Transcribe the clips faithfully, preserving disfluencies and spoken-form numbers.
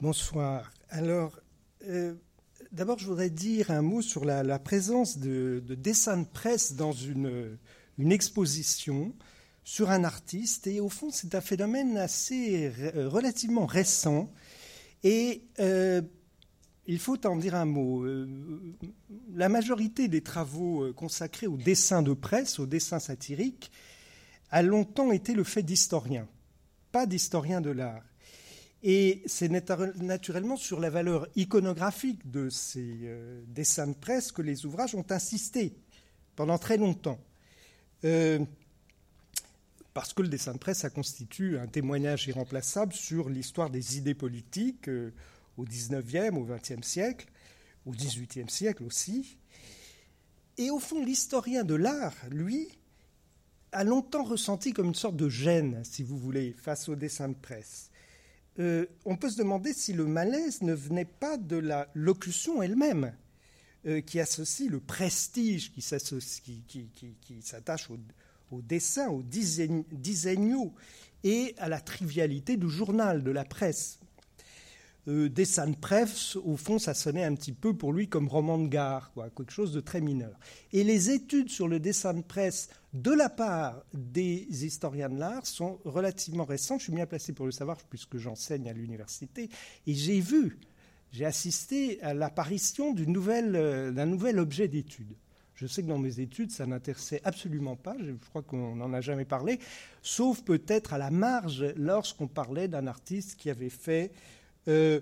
Bonsoir. Alors, euh, d'abord, je voudrais dire un mot sur la, la présence de, de dessins de presse dans une, une exposition sur un artiste. Et au fond, c'est un phénomène assez euh, relativement récent. Et euh, il faut en dire un mot. Euh, la majorité des travaux consacrés au dessin de presse, au dessin satirique, a longtemps été le fait d'historiens, pas d'historiens de l'art. Et c'est naturellement sur la valeur iconographique de ces euh, dessins de presse que les ouvrages ont insisté pendant très longtemps. Euh, parce que le dessin de presse, ça constitue un témoignage irremplaçable sur l'histoire des idées politiques euh, au dix-neuvième, au vingtième siècle, au dix-huitième siècle aussi. Et au fond, l'historien de l'art, lui, a longtemps ressenti comme une sorte de gêne, si vous voulez, face au dessin de presse. Euh, on peut se demander si le malaise ne venait pas de la locution elle-même, euh, qui associe le prestige qui, qui, qui, qui, qui s'attache au, au dessin, au diseigno, et à la trivialité du journal, de la presse. Euh, dessin de presse, au fond, ça sonnait un petit peu pour lui comme roman de gare, quoi, quelque chose de très mineur. Et les études sur le dessin de presse de la part des historiens de l'art sont relativement récentes. Je suis bien placé pour le savoir puisque j'enseigne à l'université. Et j'ai vu, j'ai assisté à l'apparition d'une nouvelle, d'un nouvel objet d'étude. Je sais que dans mes études, ça n'intéressait absolument pas. Je crois qu'on n'en a jamais parlé, sauf peut-être à la marge lorsqu'on parlait d'un artiste qui avait fait Euh,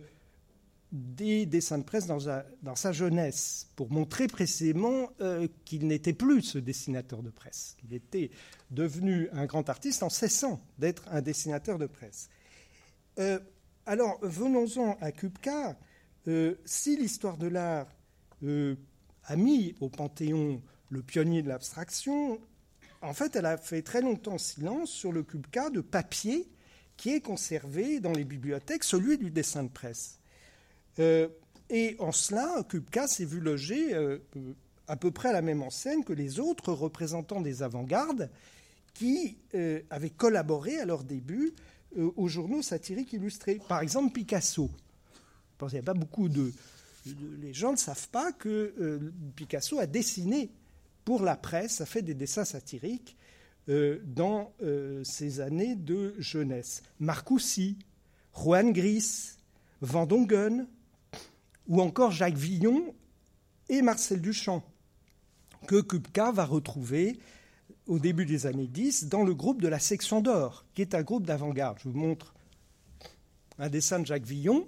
des dessins de presse dans, a, dans sa jeunesse, pour montrer précisément euh, qu'il n'était plus ce dessinateur de presse, qu'il était devenu un grand artiste en cessant d'être un dessinateur de presse. Euh, alors, venons-en à Kupka. Euh, si l'histoire de l'art euh, a mis au Panthéon le pionnier de l'abstraction, en fait, elle a fait très longtemps silence sur le Kupka de papier qui est conservé dans les bibliothèques, celui du dessin de presse. Euh, et en cela, Kupka s'est vu loger euh, à peu près à la même enseigne que les autres représentants des avant-gardes qui euh, avaient collaboré à leur début euh, aux journaux satiriques illustrés. Par exemple, Picasso. Je pense qu'il n'y a pas beaucoup de... de les gens ne savent pas que euh, Picasso a dessiné pour la presse, a fait des dessins satiriques Euh, dans euh, ces années de jeunesse. Marcoussis, Juan Gris, Van Dongen, ou encore Jacques Villon et Marcel Duchamp, que Kupka va retrouver au début des années dix dans le groupe de la Section d'Or, qui est un groupe d'avant-garde. Je vous montre un dessin de Jacques Villon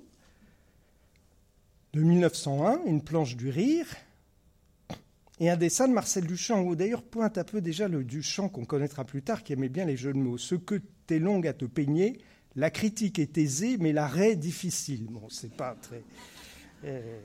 de mille neuf cent un, une planche du rire, et un dessin de Marcel Duchamp, où d'ailleurs pointe un peu déjà le Duchamp qu'on connaîtra plus tard, qui aimait bien les jeux de mots. Ce que t'es longue à te peigner, la critique est aisée, mais l'arrêt difficile. Bon, c'est pas très... Euh,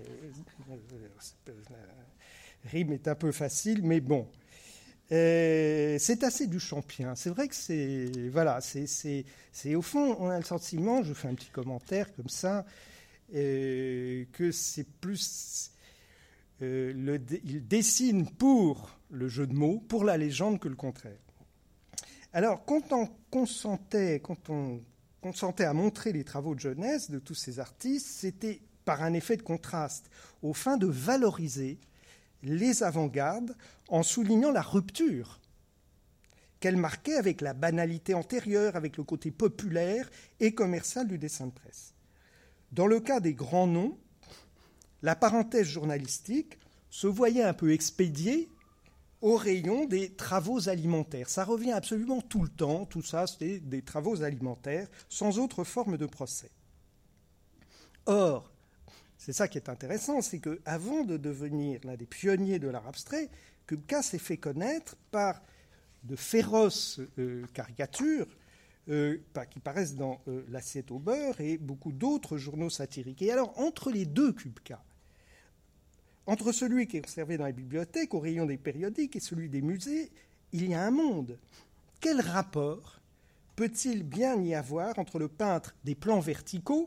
la rime est un peu facile, mais bon. Euh, c'est assez duchampien. C'est vrai que c'est... Voilà, c'est, c'est, c'est au fond, on a le sentiment, je fais un petit commentaire comme ça, euh, que c'est plus... Euh, le, il dessine pour le jeu de mots, pour la légende, que le contraire. Alors, quand on consentait, quand on consentait à montrer les travaux de jeunesse de tous ces artistes, c'était par un effet de contraste, aux fins de valoriser les avant-gardes en soulignant la rupture qu'elles marquaient avec la banalité antérieure, avec le côté populaire et commercial du dessin de presse. Dans le cas des grands noms, la parenthèse journalistique se voyait un peu expédiée au rayon des travaux alimentaires. Ça revient absolument tout le temps, tout ça, c'était des travaux alimentaires, sans autre forme de procès. Or, c'est ça qui est intéressant, c'est qu'avant de devenir l'un des pionniers de l'art abstrait, Kupka s'est fait connaître par de féroces euh, caricatures euh, qui paraissent dans euh, L'Assiette au beurre et beaucoup d'autres journaux satiriques. Et alors, entre les deux Kupka, entre celui qui est conservé dans les bibliothèques, au rayon des périodiques, et celui des musées, il y a un monde. Quel rapport peut-il bien y avoir entre le peintre des plans verticaux,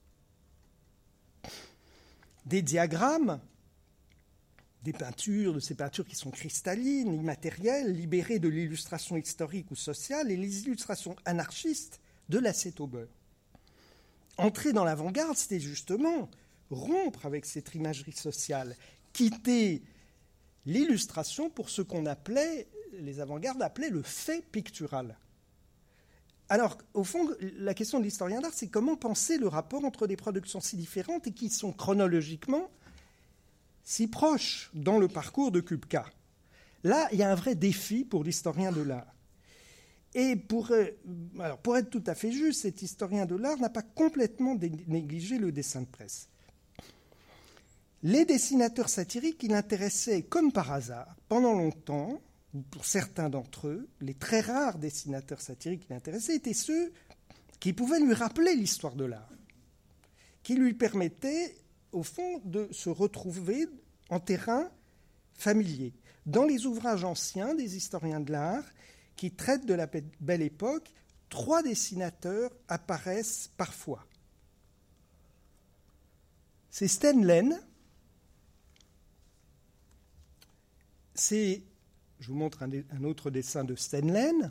des diagrammes, des peintures, de ces peintures qui sont cristallines, immatérielles, libérées de l'illustration historique ou sociale, et les illustrations anarchistes de L'Assiette au beurre? entrer dans l'avant-garde, c'était justement rompre avec cette imagerie sociale, quitter l'illustration pour ce qu'on appelait, les avant-gardes appelaient le fait pictural. Alors, au fond, la question de l'historien d'art, c'est comment penser le rapport entre des productions si différentes et qui sont chronologiquement si proches dans le parcours de Kupka. Là, il y a un vrai défi pour l'historien de l'art. Et pour, alors, pour être tout à fait juste, cet historien de l'art n'a pas complètement négligé le dessin de presse. Les dessinateurs satiriques, il intéressait comme par hasard, pendant longtemps, ou pour certains d'entre eux, les très rares dessinateurs satiriques qui l'intéressaient étaient ceux qui pouvaient lui rappeler l'histoire de l'art, qui lui permettaient, au fond, de se retrouver en terrain familier. Dans les ouvrages anciens des historiens de l'art, qui traitent de la Belle Époque, trois dessinateurs apparaissent parfois. C'est Sten Lehn, c'est, je vous montre un, un autre dessin de Sten Lehn,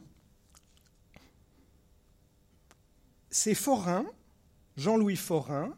c'est Forain, Jean-Louis Forain,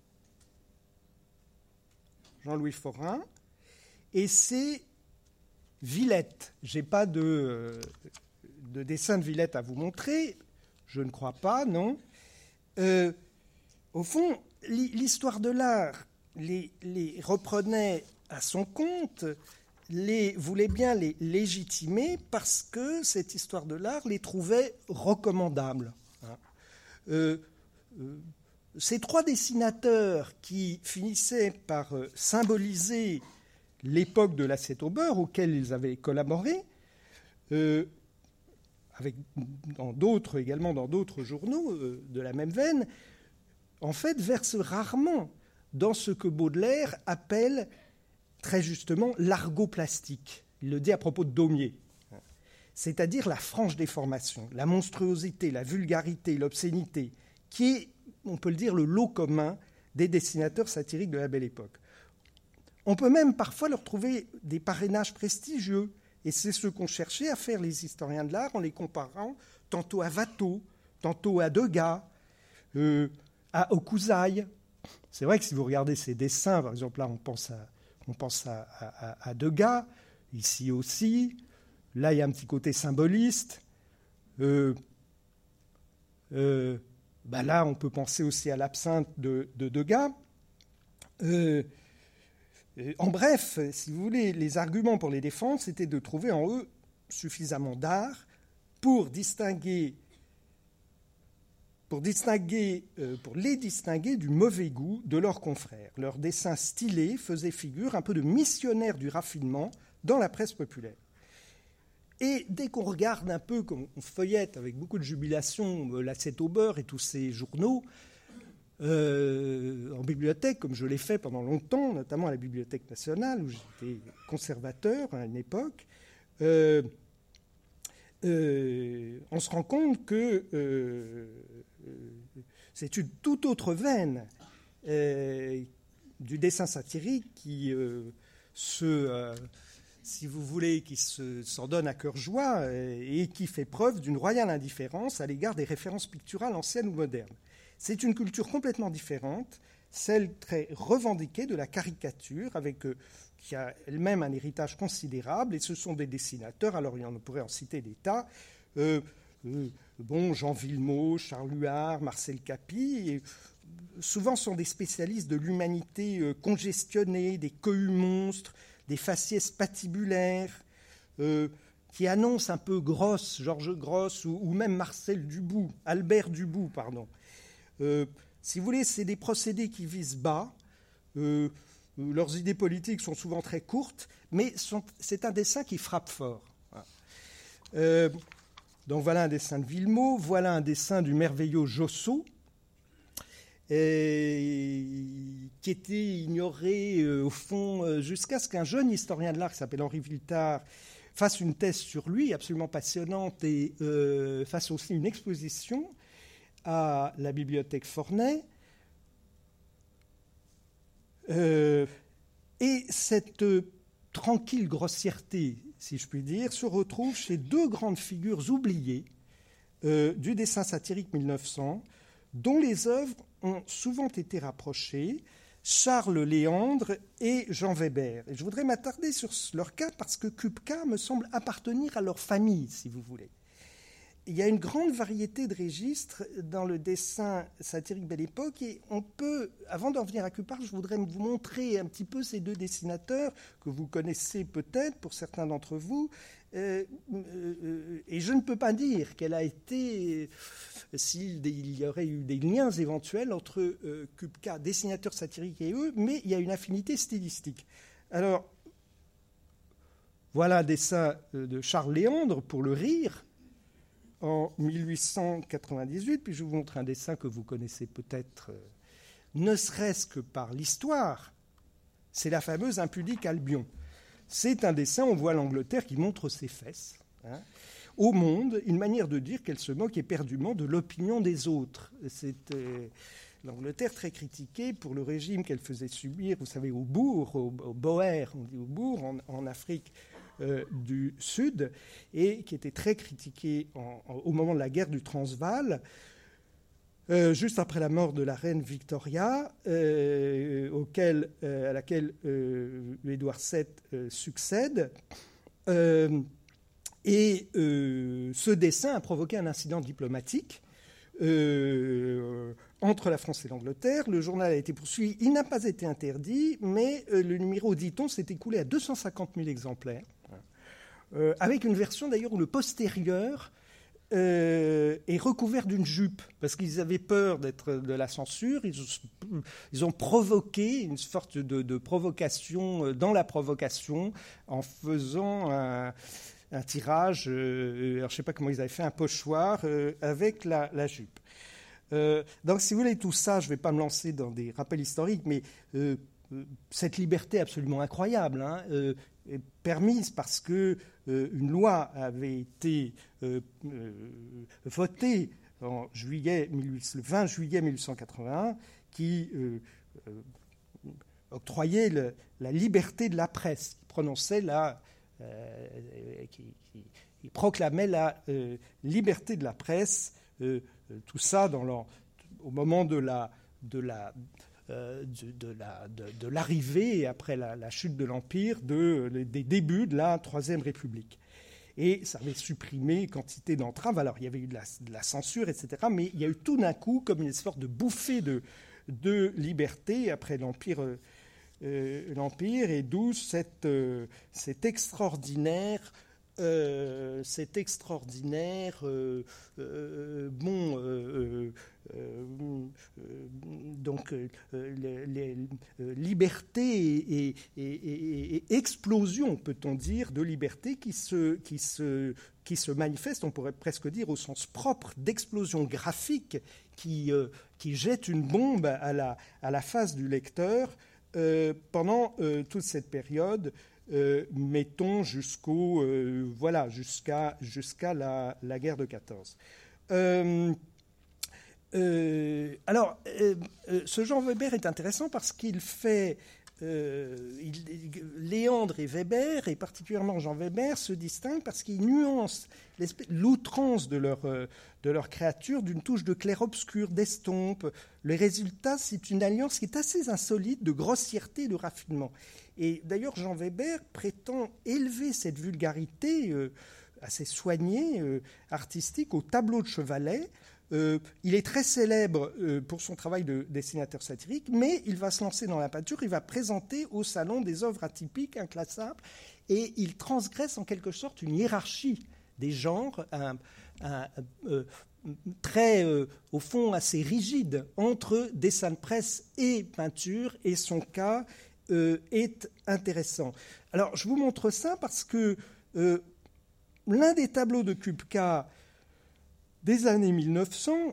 Jean-Louis Forain, et c'est Villette. Je n'ai pas de, euh, de dessin de Villette à vous montrer, je ne crois pas, non. Euh, au fond, l'histoire de l'art les, les reprenait à son compte, les, voulait bien les légitimer parce que cette histoire de l'art les trouvait recommandables. Hein. Euh, euh, ces trois dessinateurs qui finissaient par euh, symboliser l'époque de l'assiette au beurre auquel ils avaient collaboré, euh, avec, dans d'autres, également dans d'autres journaux euh, de la même veine, en fait, versent rarement dans ce que Baudelaire appelle très justement l'argot plastique. Il le dit à propos de Daumier, c'est-à-dire la franche déformation, la monstruosité, la vulgarité, l'obscénité, qui est, on peut le dire, le lot commun des dessinateurs satiriques de la Belle Époque. On peut même parfois leur trouver des parrainages prestigieux, et c'est ce qu'ont cherché à faire les historiens de l'art en les comparant tantôt à Watteau, tantôt à Degas, euh, à Hokusai. C'est vrai que si vous regardez ces dessins, par exemple, là, on pense à, on pense à, à, à Degas, ici aussi. Là, il y a un petit côté symboliste. Euh, euh, ben là, on peut penser aussi à l'absinthe de, de Degas. Euh, en bref, si vous voulez, les arguments pour les défendre, c'était de trouver en eux suffisamment d'art pour distinguer, pour, distinguer, euh, pour les distinguer du mauvais goût de leurs confrères. Leurs dessins stylés faisaient figure un peu de missionnaires du raffinement dans la presse populaire. Et dès qu'on regarde un peu, comme on feuillette avec beaucoup de jubilation euh, l'assiette au beurre et tous ces journaux, euh, en bibliothèque, comme je l'ai fait pendant longtemps, notamment à la Bibliothèque nationale, où j'étais conservateur à une époque, euh, euh, on se rend compte que euh, c'est une toute autre veine euh, du dessin satirique qui euh, se... Euh, si vous voulez, qui se, s'en donne à cœur joie et qui fait preuve d'une royale indifférence à l'égard des références picturales anciennes ou modernes. C'est une culture complètement différente, celle très revendiquée de la caricature, avec, euh, qui a elle-même un héritage considérable, et ce sont des dessinateurs, alors on pourrait en citer des tas, euh, euh, bon, Jean Villemot, Charles Huard, Marcel Capy, et souvent sont des spécialistes de l'humanité euh, congestionnée, des cohues monstres, des faciès patibulaires, euh, qui annoncent un peu Gross, Georges Gross, ou, ou même Marcel Dubout, Albert Dubout, pardon. Euh, si vous voulez, c'est des procédés qui visent bas. Euh, leurs idées politiques sont souvent très courtes, mais sont, c'est un dessin qui frappe fort. Voilà. Euh, donc voilà un dessin de Villemot, voilà un dessin du merveilleux Josso, Et, qui était ignoré euh, au fond euh, jusqu'à ce qu'un jeune historien de l'art qui s'appelle Henri Villetard fasse une thèse sur lui absolument passionnante et euh, fasse aussi une exposition à la bibliothèque Forney. Euh, et cette euh, tranquille grossièreté, si je puis dire, se retrouve chez deux grandes figures oubliées euh, du dessin satirique mille neuf cents, dont les œuvres ont souvent été rapprochées, Charles Léandre et Jean Weber. Et je voudrais m'attarder sur leur cas parce que Kupka me semble appartenir à leur famille, si vous voulez. Il y a une grande variété de registres dans le dessin satirique Belle Époque et on peut, avant d'en venir à Kupka, je voudrais vous montrer un petit peu ces deux dessinateurs que vous connaissez peut-être pour certains d'entre vous. Euh, euh, et je ne peux pas dire qu'elle a été, s'il y aurait eu des liens éventuels entre euh, Kupka, dessinateur satirique, et eux, mais il y a une affinité stylistique. Alors, voilà un dessin de Charles Léandre pour Le Rire, en mille huit cent quatre-vingt-dix-huit, puis je vous montre un dessin que vous connaissez peut-être, euh, ne serait-ce que par l'histoire, c'est la fameuse impudique Albion. C'est un dessin, on voit l'Angleterre qui montre ses fesses. Hein. Au monde, une manière de dire qu'elle se moque éperdument de l'opinion des autres. C'est euh, l'Angleterre très critiquée pour le régime qu'elle faisait subir, vous savez, au Boer, au, au Boer, on dit au Boer, en, en Afrique euh, du Sud, et qui était très critiquée en, en, au moment de la guerre du Transvaal. Euh, juste après la mort de la reine Victoria, euh, auquel, euh, à laquelle euh, Édouard sept euh, succède. Euh, et euh, ce dessin a provoqué un incident diplomatique euh, entre la France et l'Angleterre. Le journal a été poursuivi. Il n'a pas été interdit, mais euh, le numéro, dit-on, s'est écoulé à deux cent cinquante mille exemplaires, euh, avec une version d'ailleurs où le postérieur Euh, est recouvert d'une jupe, parce qu'ils avaient peur d'être de la censure. Ils, ils ont provoqué une sorte de, de provocation dans la provocation en faisant un, un tirage, euh, alors je ne sais pas comment ils avaient fait, un pochoir euh, avec la, la jupe. Euh, donc si vous voulez tout ça, je ne vais pas me lancer dans des rappels historiques, mais euh, cette liberté absolument incroyable hein, euh, est permise parce que euh, une loi avait été euh, euh, votée en juillet, le vingt juillet mille huit cent quatre-vingt-un qui euh, euh, octroyait le, la liberté de la presse, qui prononçait la, euh, qui, qui, qui proclamait la euh, liberté de la presse, euh, tout ça dans leur, au moment de la de la Euh, de, de, la, de, de l'arrivée, après la, la chute de l'Empire, de, des débuts de la Troisième République. Et ça avait supprimé quantité d'entraves. Alors, il y avait eu de la, de la censure, et cetera, mais il y a eu tout d'un coup comme une sorte de bouffée de, de liberté après l'Empire, euh, l'Empire et d'où cette, euh, cet extraordinaire... Euh, c'est extraordinaire, euh, euh, bon, euh, euh, euh, donc euh, les, les euh, libertés et, et, et, et explosion, peut-on dire, de liberté qui se, qui, se, qui se manifeste, on pourrait presque dire au sens propre, d'explosion graphique qui, euh, qui jette une bombe à la, à la face du lecteur euh, pendant euh, toute cette période. Euh, mettons jusqu'au euh, voilà jusqu'à jusqu'à la, la guerre de quatorze. Euh, euh, alors, euh, euh, ce Jean Weber est intéressant parce qu'il fait euh, il, Léandre et Weber, et particulièrement Jean Weber, se distinguent parce qu'ils nuancent l'outrance de leur euh, de leur créature d'une touche de clair-obscur, d'estompe. Le résultat, c'est une alliance qui est assez insolite de grossièreté et de raffinement. Et d'ailleurs, Jean Weber prétend élever cette vulgarité euh, assez soignée, euh, artistique, au tableau de Chevalet. Euh, il est très célèbre euh, pour son travail de dessinateur satirique, mais il va se lancer dans la peinture, il va présenter au salon des œuvres atypiques, inclassables, et il transgresse en quelque sorte une hiérarchie des genres, un, un, euh, très, euh, au fond, assez rigide entre dessin de presse et peinture, et son cas Euh, est intéressant. Alors, je vous montre ça parce que euh, l'un des tableaux de Kupka des années mille neuf cents,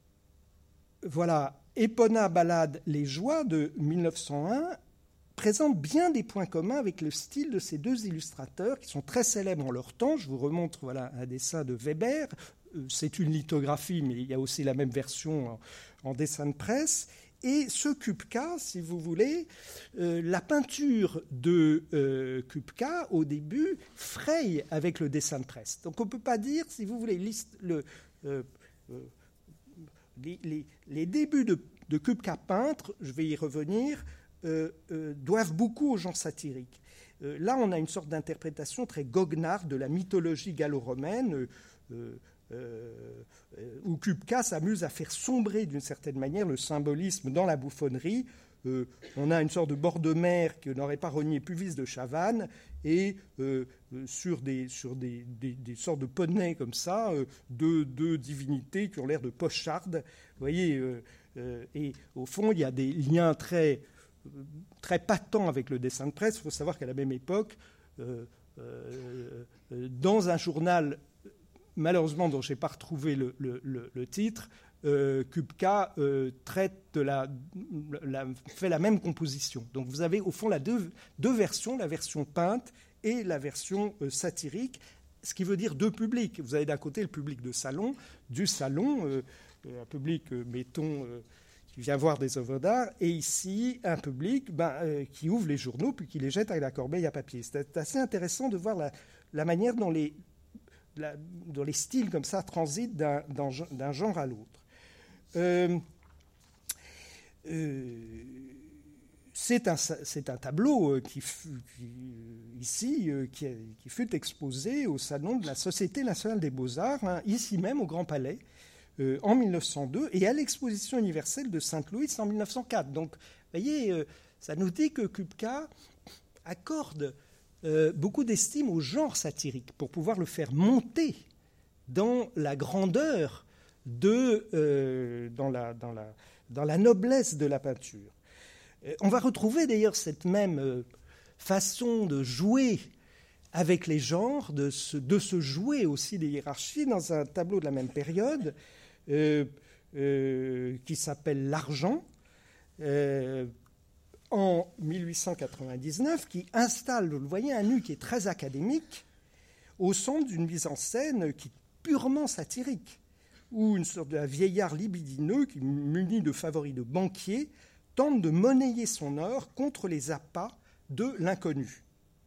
voilà, Epona Ballade Les Joies de mille neuf cent un, présente bien des points communs avec le style de ces deux illustrateurs qui sont très célèbres en leur temps. Je vous remontre voilà, un dessin de Weber. C'est une lithographie, mais il y a aussi la même version en, en dessin de presse. Et ce Kupka, si vous voulez, euh, la peinture de euh, Kupka, au début, fraye avec le dessin de presse. Donc on ne peut pas dire, si vous voulez, le, euh, euh, les, les, les débuts de, de Kupka peintre, je vais y revenir, euh, euh, doivent beaucoup au genre satirique. Euh, là, on a une sorte d'interprétation très goguenarde de la mythologie gallo-romaine, euh, euh, euh, où Kupka s'amuse à faire sombrer d'une certaine manière le symbolisme dans la bouffonnerie. Euh, on a une sorte de bord de mer que n'aurait pas renié Puvis de Chavannes, et euh, sur, des, sur des, des, des sortes de poneys comme ça, euh, deux, deux divinités qui ont l'air de pochardes. Vous voyez, euh, euh, et au fond, il y a des liens très, très patents avec le dessin de presse. Il faut savoir qu'à la même époque, euh, euh, dans un journal, malheureusement dont je n'ai pas retrouvé le, le, le, le titre, Euh, Kupka euh, traite de la, la, fait la même composition. Donc vous avez au fond la deux, deux versions, la version peinte et la version euh, satirique, ce qui veut dire deux publics. Vous avez d'un côté le public de salon, du salon, euh, un public, euh, mettons, euh, qui vient voir des œuvres d'art, et ici un public ben, euh, qui ouvre les journaux puis qui les jette avec la corbeille à papier. C'est assez intéressant de voir la, la manière dont les, la, dont les styles comme ça transitent d'un, d'un, d'un genre à l'autre. Euh, euh, c'est, un, c'est un tableau qui, fut, qui ici qui, qui fut exposé au Salon de la Société nationale des beaux-arts, hein, ici même au Grand Palais, euh, en mille neuf cent deux, et à l'Exposition universelle de Saint-Louis en mille neuf cent quatre. Donc, vous voyez, euh, ça nous dit que Kupka accorde euh, beaucoup d'estime au genre satirique pour pouvoir le faire monter dans la grandeur De, euh, dans, la, dans, la, dans la noblesse de la peinture. Euh, on va retrouver d'ailleurs cette même euh, façon de jouer avec les genres, de se, de se jouer aussi des hiérarchies dans un tableau de la même période euh, euh, qui s'appelle L'Argent, euh, en mille huit cent quatre-vingt-dix-neuf, qui installe, vous le voyez, un nu qui est très académique au centre d'une mise en scène qui est purement satirique, où une sorte de vieillard libidineux, qui, muni de favoris de banquier, tente de monnayer son or contre les appâts de l'inconnu.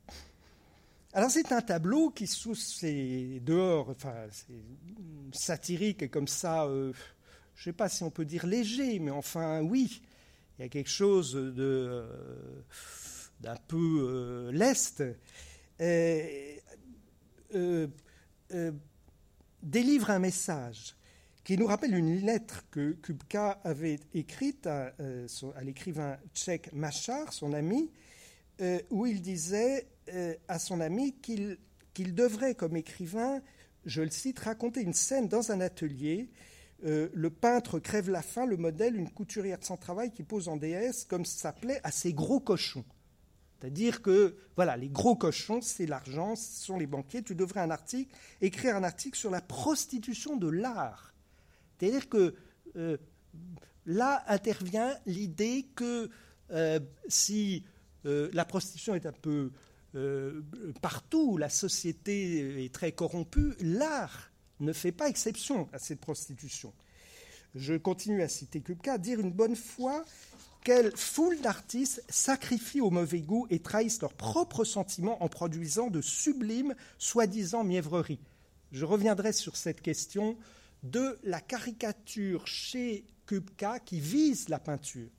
Alors c'est un tableau qui, sous ses dehors, enfin, c'est satirique et comme ça, euh, je ne sais pas si on peut dire léger, mais enfin oui, il y a quelque chose de, euh, d'un peu euh, leste, euh, euh, euh, délivre un message qui nous rappelle une lettre que Kupka avait écrite à, euh, à l'écrivain tchèque Machar, son ami, euh, où il disait euh, à son ami qu'il, qu'il devrait, comme écrivain, je le cite, raconter une scène dans un atelier. Euh, le peintre crève la faim, le modèle, une couturière sans travail qui pose en déesse, comme ça plaît à ces gros cochons. C'est-à-dire que, voilà, les gros cochons, c'est l'argent, ce sont les banquiers. Tu devrais un article, écrire un article sur la prostitution de l'art. C'est-à-dire que euh, là intervient l'idée que euh, si euh, la prostitution est un peu euh, partout, la société est très corrompue, l'art ne fait pas exception à cette prostitution. Je continue à citer Kupka, dire une bonne fois quelle foule d'artistes sacrifient au mauvais goût et trahissent leurs propres sentiments en produisant de sublimes, soi-disant mièvreries. Je reviendrai sur cette question de la caricature chez Kupka qui vise la peinture.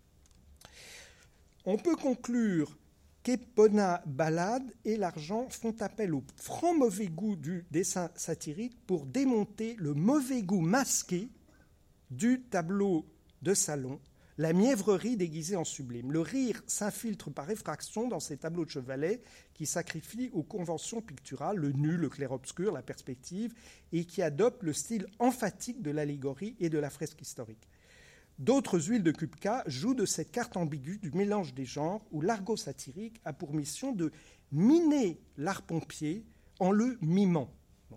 On peut conclure qu'Epona Ballade et l'Argent font appel au franc mauvais goût du dessin satirique pour démonter le mauvais goût masqué du tableau de salon, la mièvrerie déguisée en sublime. Le rire s'infiltre par effraction dans ces tableaux de chevalet qui sacrifient aux conventions picturales le nu, le clair-obscur, la perspective, et qui adoptent le style emphatique de l'allégorie et de la fresque historique. D'autres huiles de Kupka jouent de cette carte ambiguë du mélange des genres où l'argot satirique a pour mission de miner l'art pompier en le mimant. Bon.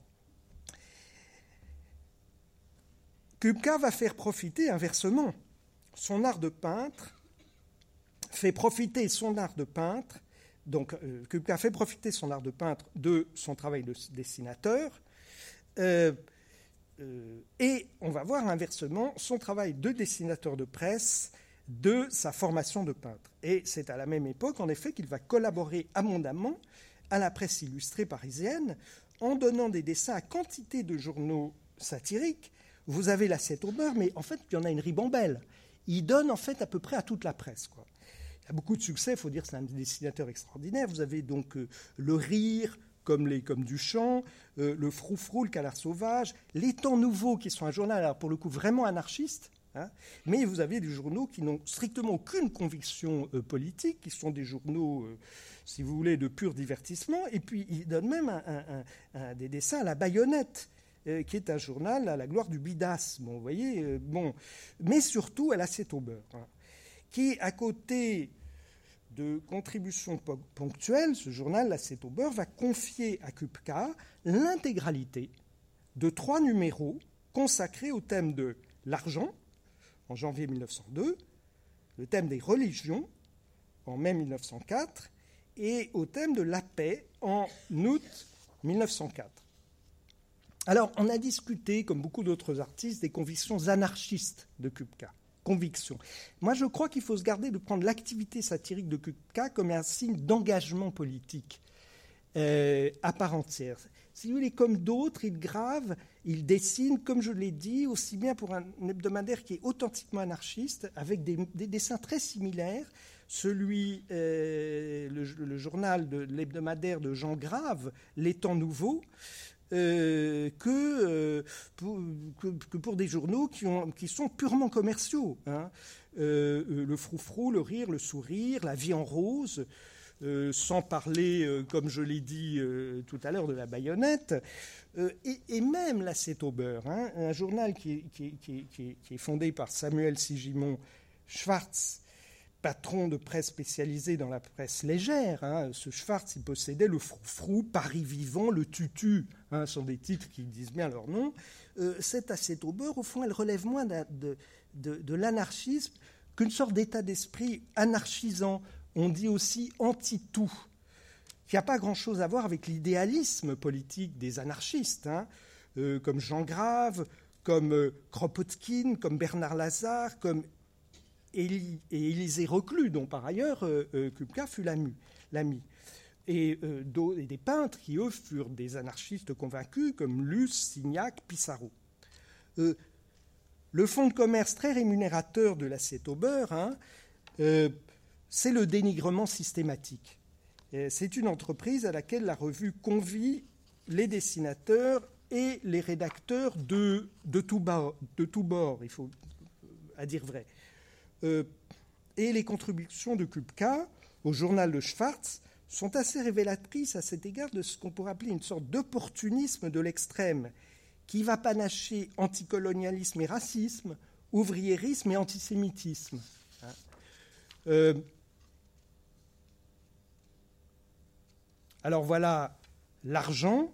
Kupka va faire profiter inversement son art de peintre, fait profiter son art de peintre, donc euh, Kupka fait profiter son art de peintre de son travail de dessinateur, euh, euh, et on va voir inversement son travail de dessinateur de presse de sa formation de peintre. Et c'est à la même époque, en effet, qu'il va collaborer abondamment à la presse illustrée parisienne en donnant des dessins à quantité de journaux satiriques vous avez l'assiette au beurre, mais en fait, il y en a une ribambelle. Il donne en fait à peu près à toute la presse, quoi. Il a beaucoup de succès, il faut dire que c'est un dessinateur extraordinaire. Vous avez donc euh, le rire, comme, les, comme Duchamp, euh, le froufrou, le canard sauvage, les temps nouveaux, qui sont un journal, alors pour le coup, vraiment anarchiste, hein, mais vous avez des journaux qui n'ont strictement aucune conviction euh, politique, qui sont des journaux, euh, si vous voulez, de pur divertissement, et puis il donne même un, un, un, un, des dessins à la baïonnette, euh, qui est un journal à la gloire du bidas, bon, vous voyez, euh, bon, mais surtout à l'assiette au beurre, hein, qui, à côté de contributions ponctuelles, ce journal, l'assiette au beurre, va confier à Kupka l'intégralité de trois numéros consacrés au thème de l'argent, en janvier mille neuf cent deux, le thème des religions, en mai mille neuf cent quatre, et au thème de la paix, en août mille neuf cent quatre. Alors, on a discuté, comme beaucoup d'autres artistes, des convictions anarchistes de Kupka. Conviction. Moi, je crois qu'il faut se garder de prendre l'activité satirique de Kupka comme un signe d'engagement politique euh, à part entière. Si vous voulez, comme d'autres, il grave, il dessine, comme je l'ai dit, aussi bien pour un hebdomadaire qui est authentiquement anarchiste, avec des, des dessins très similaires, celui, euh, le, le journal de l'hebdomadaire de Jean Grave, Les Temps Nouveaux, Euh, que, euh, pour, que, que pour des journaux qui, ont, qui sont purement commerciaux. Hein. Euh, le froufrou, le rire, le sourire, la vie en rose, euh, sans parler, euh, comme je l'ai dit euh, tout à l'heure, de la baïonnette, euh, et, et même l'assiette au beurre, hein, un journal qui, qui, qui, qui, qui est fondé par Samuel Sigimond Schwartz, patron de presse spécialisée dans la presse légère. Hein. Ce Schwartz, il possédait le Froufrou, Paris Vivant, le Tutu, hein, sont des titres qui disent bien leur nom. Euh, cette assiette au beurre, au fond, elle relève moins de, de, de, de l'anarchisme qu'une sorte d'état d'esprit anarchisant. On dit aussi anti-tout, qui n'a pas grand-chose à voir avec l'idéalisme politique des anarchistes, hein, euh, comme Jean Grave, comme euh, Kropotkin, comme Bernard Lazare, comme et Élisée Reclus, dont par ailleurs euh, euh, Kupka fut l'ami. l'ami. Et, euh, et des peintres qui, eux, furent des anarchistes convaincus, comme Luce, Signac, Pissarro. Euh, le fonds de commerce très rémunérateur de l'assiette au beurre, hein, euh, c'est le dénigrement systématique. Et c'est une entreprise à laquelle la revue convie les dessinateurs et les rédacteurs de, de tous bords, de tout bord, il faut à dire vrai. Euh, et les contributions de Kupka au journal de Schwartz sont assez révélatrices à cet égard de ce qu'on pourrait appeler une sorte d'opportunisme de l'extrême qui va panacher anticolonialisme et racisme, ouvriérisme et antisémitisme. Euh, alors voilà l'argent.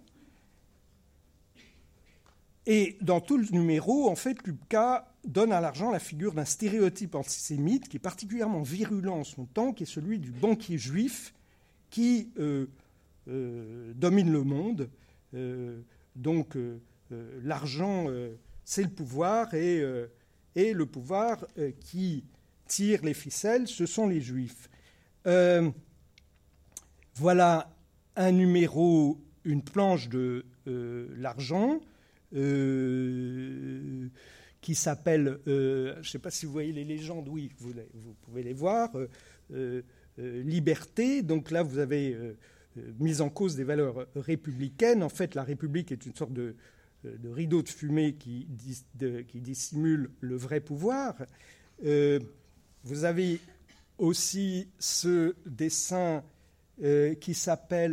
Et dans tout le numéro, en fait, Kupka donne à l'argent la figure d'un stéréotype antisémite qui est particulièrement virulent en son temps, qui est celui du banquier juif qui euh, euh, domine le monde. Euh, donc euh, euh, l'argent, euh, c'est le pouvoir, et, euh, et le pouvoir euh, qui tire les ficelles, ce sont les juifs. Euh, voilà un numéro, une planche de euh, l'argent, Euh, qui s'appelle, euh, je ne sais pas si vous voyez les légendes, oui, vous, vous pouvez les voir, euh, euh, Liberté, donc là vous avez euh, mise en cause des valeurs républicaines. En fait, la République est une sorte de, de rideau de fumée qui, de, qui dissimule le vrai pouvoir. Euh, vous avez aussi ce dessin euh, qui s'appelle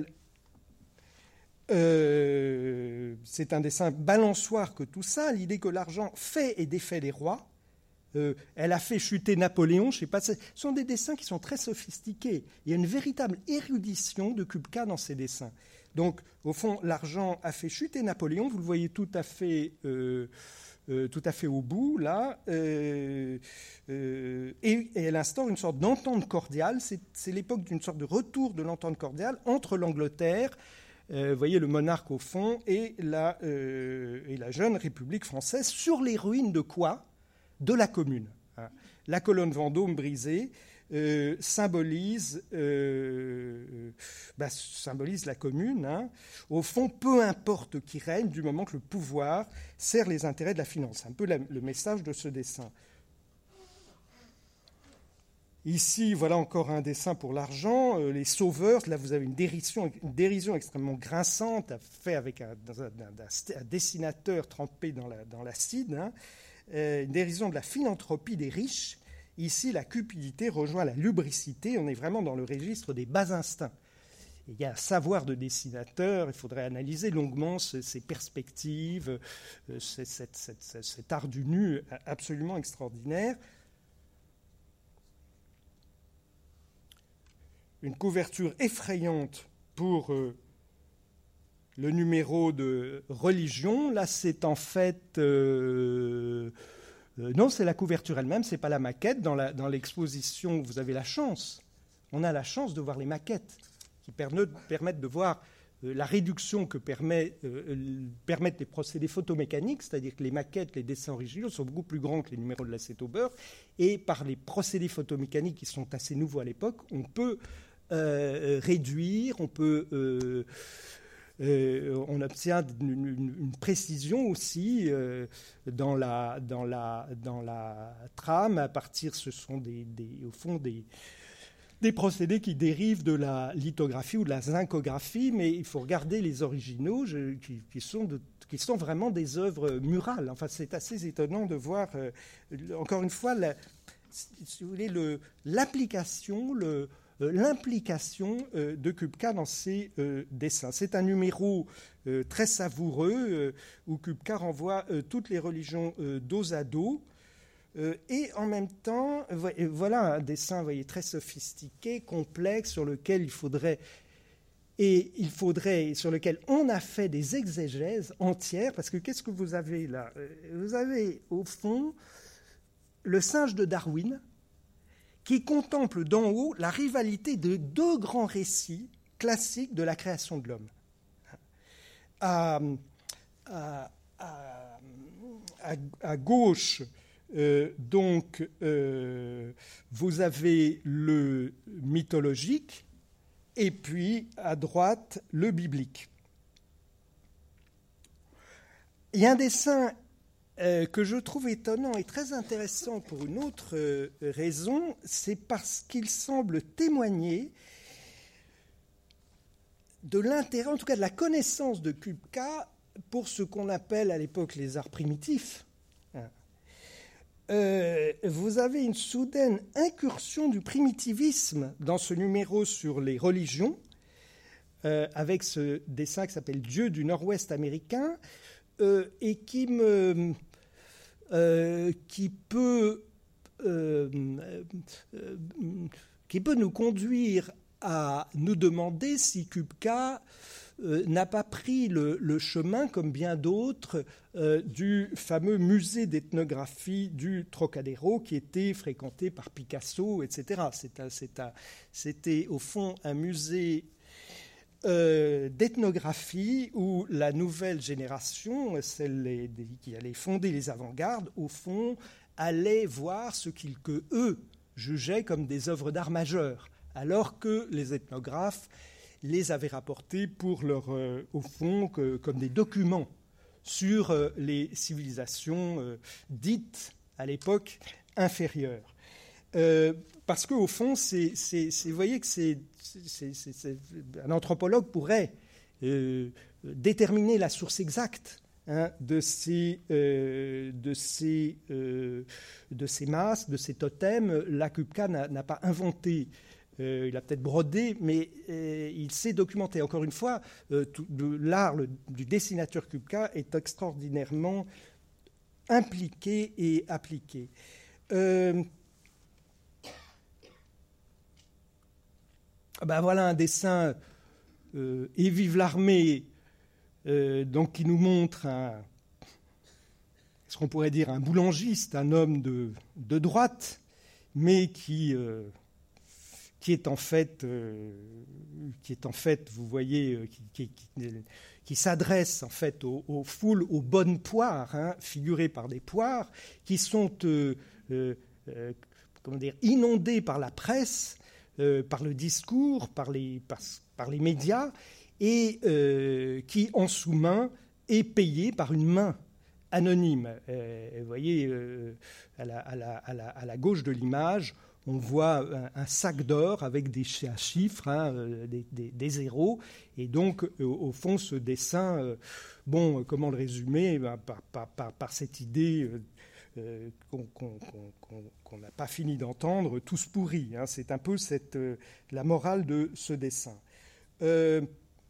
Euh, c'est un dessin balançoire que tout ça, l'idée que l'argent fait et défait les rois. Euh, elle a fait chuter Napoléon, je sais pas, ce sont des dessins qui sont très sophistiqués. Il y a une véritable érudition de Kupka dans ces dessins. Donc, au fond, l'argent a fait chuter Napoléon, vous le voyez tout à fait, euh, euh, tout à fait au bout, là, euh, euh, et, et elle instaure une sorte d'entente cordiale. C'est, c'est l'époque d'une sorte de retour de l'entente cordiale entre l'Angleterre, Euh, vous voyez le monarque au fond, et la, euh, et la jeune République française, sur les ruines de quoi ? De la Commune. Hein. La colonne Vendôme brisée, euh, symbolise, euh, bah, symbolise la commune. Hein. Au fond, peu importe qui règne, du moment que le pouvoir sert les intérêts de la finance. C'est un peu la, le message de ce dessin. Ici, voilà encore un dessin pour l'argent. Euh, les sauveurs, là vous avez une dérision, une dérision extrêmement grinçante, fait avec un, un, un, un dessinateur trempé dans, la, dans l'acide. Hein. Euh, une dérision de la philanthropie des riches. Ici, la cupidité rejoint la lubricité. On est vraiment dans le registre des bas instincts. Et il y a un savoir de dessinateur. Il faudrait analyser longuement ces, ces perspectives, euh, cette, cette, cette, cet art du nu absolument extraordinaire. Une couverture effrayante pour euh, le numéro de religion. Là, c'est en fait... Euh, euh, non, c'est la couverture elle-même, ce n'est pas la maquette. Dans, la, dans l'exposition, vous avez la chance. On a la chance de voir les maquettes qui permettent, permettent de voir euh, la réduction que permet, euh, permettent les procédés photomécaniques, c'est-à-dire que les maquettes, les dessins originaux sont beaucoup plus grands que les numéros de l'acéto au beurre. Et par les procédés photomécaniques qui sont assez nouveaux à l'époque, on peut... Euh, réduire, on peut, euh, euh, on obtient une, une, une précision aussi euh, dans la dans la dans la trame. À partir, ce sont des, des au fond des des procédés qui dérivent de la lithographie ou de la zincographie, mais il faut regarder les originaux je, qui, qui sont de, qui sont vraiment des œuvres murales. Enfin, c'est assez étonnant de voir euh, encore une fois la, si vous voulez le l'application le l'implication de Kupka dans ses dessins. C'est un numéro très savoureux où Kupka renvoie toutes les religions dos à dos. Et en même temps, voilà un dessin, vous voyez, très sophistiqué, complexe, sur lequel il faudrait... Et il faudrait, sur lequel on a fait des exégèses entières, parce que qu'est-ce que vous avez là? Vous avez, au fond, le singe de Darwin, qui contemple d'en haut la rivalité de deux grands récits classiques de la création de l'homme. À, à, à, à gauche, euh, donc, euh, vous avez le mythologique, et puis à droite, le biblique. Il y a un dessin Euh, que je trouve étonnant et très intéressant pour une autre euh, raison, c'est parce qu'il semble témoigner de l'intérêt, en tout cas de la connaissance de Kupka pour ce qu'on appelle à l'époque les arts primitifs. Euh, vous avez une soudaine incursion du primitivisme dans ce numéro sur les religions, euh, avec ce dessin qui s'appelle Dieu du Nord-Ouest américain, euh, et qui me... Euh, qui peut euh, euh, qui peut nous conduire à nous demander si Kupka euh, n'a pas pris le, le chemin, comme bien d'autres, euh, du fameux musée d'ethnographie du Trocadéro qui était fréquenté par Picasso, et cetera. C'est un, c'est un, c'était au fond un musée Euh, d'ethnographie où la nouvelle génération, celle qui allait fonder les avant-gardes, au fond, allait voir ce qu'ils, que eux, jugeaient comme des œuvres d'art majeures, alors que les ethnographes les avaient rapportées pour leur, euh, au fond, que, comme des documents sur euh, les civilisations euh, dites, à l'époque, inférieures. Euh, parce qu'au fond, c'est, c'est, c'est, vous voyez que c'est, c'est, c'est, c'est, un anthropologue pourrait euh, déterminer la source exacte hein, de, ces, euh, de, ces, euh, de ces masques, de ces totems. La Kupka n'a, n'a pas inventé, euh, il a peut-être brodé, mais euh, il s'est documenté. Encore une fois, euh, tout, de, l'art le, du dessinateur Kupka est extraordinairement impliqué et appliqué. Euh, Ben voilà un dessin euh, Et vive l'armée, euh, donc qui nous montre un, ce qu'on pourrait dire un boulangiste, un homme de, de droite, mais qui, euh, qui est en fait, euh, qui est en fait, vous voyez, qui, qui, qui, qui s'adresse en fait aux, aux foules, aux bonnes poires, hein, figurées par des poires, qui sont euh, euh, comment dire, inondé par la presse, euh, par le discours, par les, par, par les médias, et euh, qui, en sous-main, est payé par une main anonyme. Euh, vous voyez, euh, à, la, à, la, à, la, à la gauche de l'image, on voit un, un sac d'or avec des chiffres, hein, des, des, des zéros. Et donc, euh, au fond, ce dessin, euh, bon, comment le résumer ben, par, par, par, par cette idée euh, qu'on qu'on, qu'on, qu'on n'a pas fini d'entendre, tous pourris. Hein. C'est un peu cette, euh, la morale de ce dessin. Euh,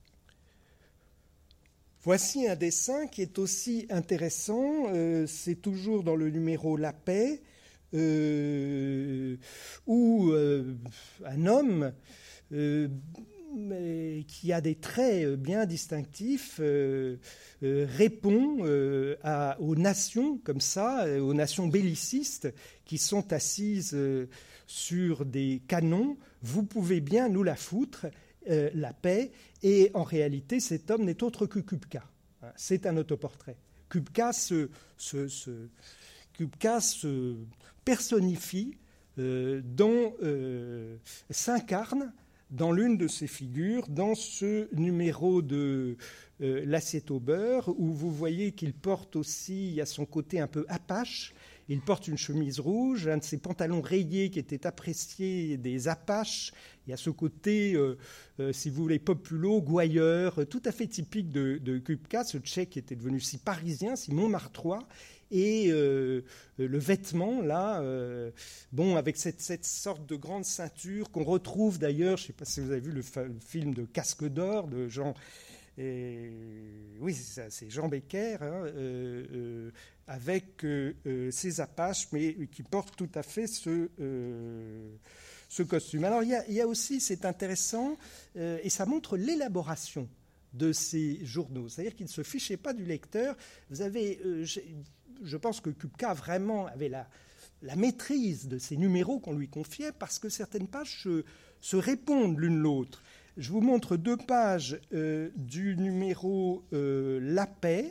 voici un dessin qui est aussi intéressant. Euh, c'est toujours dans le numéro La Paix. Euh, où euh, un homme euh, qui a des traits bien distinctifs euh, euh, répond euh, à, aux nations comme ça, aux nations bellicistes qui sont assises euh, sur des canons. Vous pouvez bien nous la foutre, euh, la paix. Et en réalité, cet homme n'est autre que Kupka. C'est un autoportrait. Kupka se, se, se, Kupka se personnifie, euh, dans, euh, s'incarne dans l'une de ses figures, dans ce numéro de euh, L'assiette au beurre, où vous voyez qu'il porte aussi, à son côté un peu apache, il porte une chemise rouge, un de ses pantalons rayés qui était apprécié des Apaches. Il y a ce côté, euh, euh, si vous voulez, populo, gouailleur, tout à fait typique de, de Kupka, ce Tchèque qui était devenu si parisien, si montmartrois. Et euh, le vêtement, là, euh, bon, avec cette, cette sorte de grande ceinture qu'on retrouve d'ailleurs, je ne sais pas si vous avez vu le, fa- le film de Casque d'or de Jean... Et, oui, c'est ça, c'est Jean Becker, hein, euh, euh, avec euh, euh, ses Apaches, mais qui porte tout à fait ce, euh, ce costume. Alors, il y, a, il y a aussi, c'est intéressant, euh, et ça montre l'élaboration de ces journaux. C'est-à-dire qu'ils ne se fichaient pas du lecteur. Vous avez, euh, je pense que Kupka vraiment avait la, la maîtrise de ces numéros qu'on lui confiait, parce que certaines pages se, se répondent l'une l'autre. Je vous montre deux pages euh, du numéro euh, La Paix.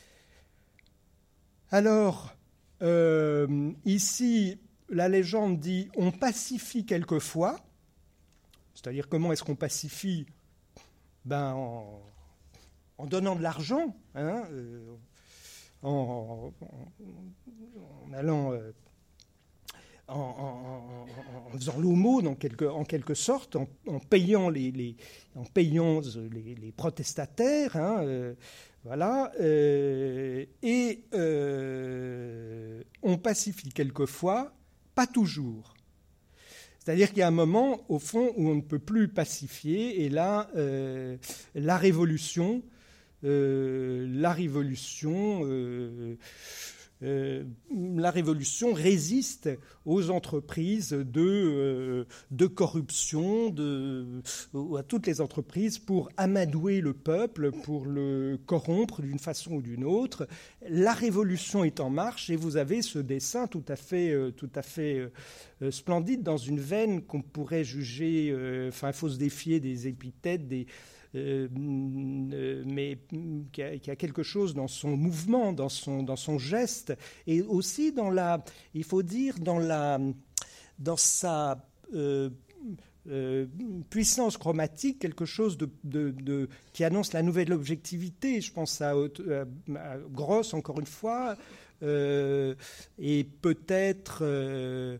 Alors, euh, ici, la légende dit « on pacifie quelquefois ». C'est-à-dire, comment est-ce qu'on pacifie ? Ben, en, en donnant de l'argent, hein, euh, en, en, en allant... Euh, En, en, en faisant l'aumône en quelque, en quelque sorte, en, en payant les, les, en payant les, les protestataires, hein, euh, voilà, euh, et euh, on pacifie quelquefois, pas toujours. C'est-à-dire qu'il y a un moment, au fond, où on ne peut plus pacifier, et là, euh, la révolution, euh, la révolution... Euh, Euh, la révolution résiste aux entreprises de, euh, de corruption, de, à toutes les entreprises pour amadouer le peuple, pour le corrompre d'une façon ou d'une autre. La révolution est en marche et vous avez ce dessin tout à fait, euh, tout à fait euh, splendide dans une veine qu'on pourrait juger, euh, enfin il faut se défier des épithètes, des... Euh, mais qui a, qui a quelque chose dans son mouvement, dans son, dans son geste, et aussi dans la, il faut dire, dans, la, dans sa euh, euh, puissance chromatique, quelque chose de, de, de, qui annonce la nouvelle objectivité. Je pense à, à, à Gross, encore une fois, Euh, et peut-être euh,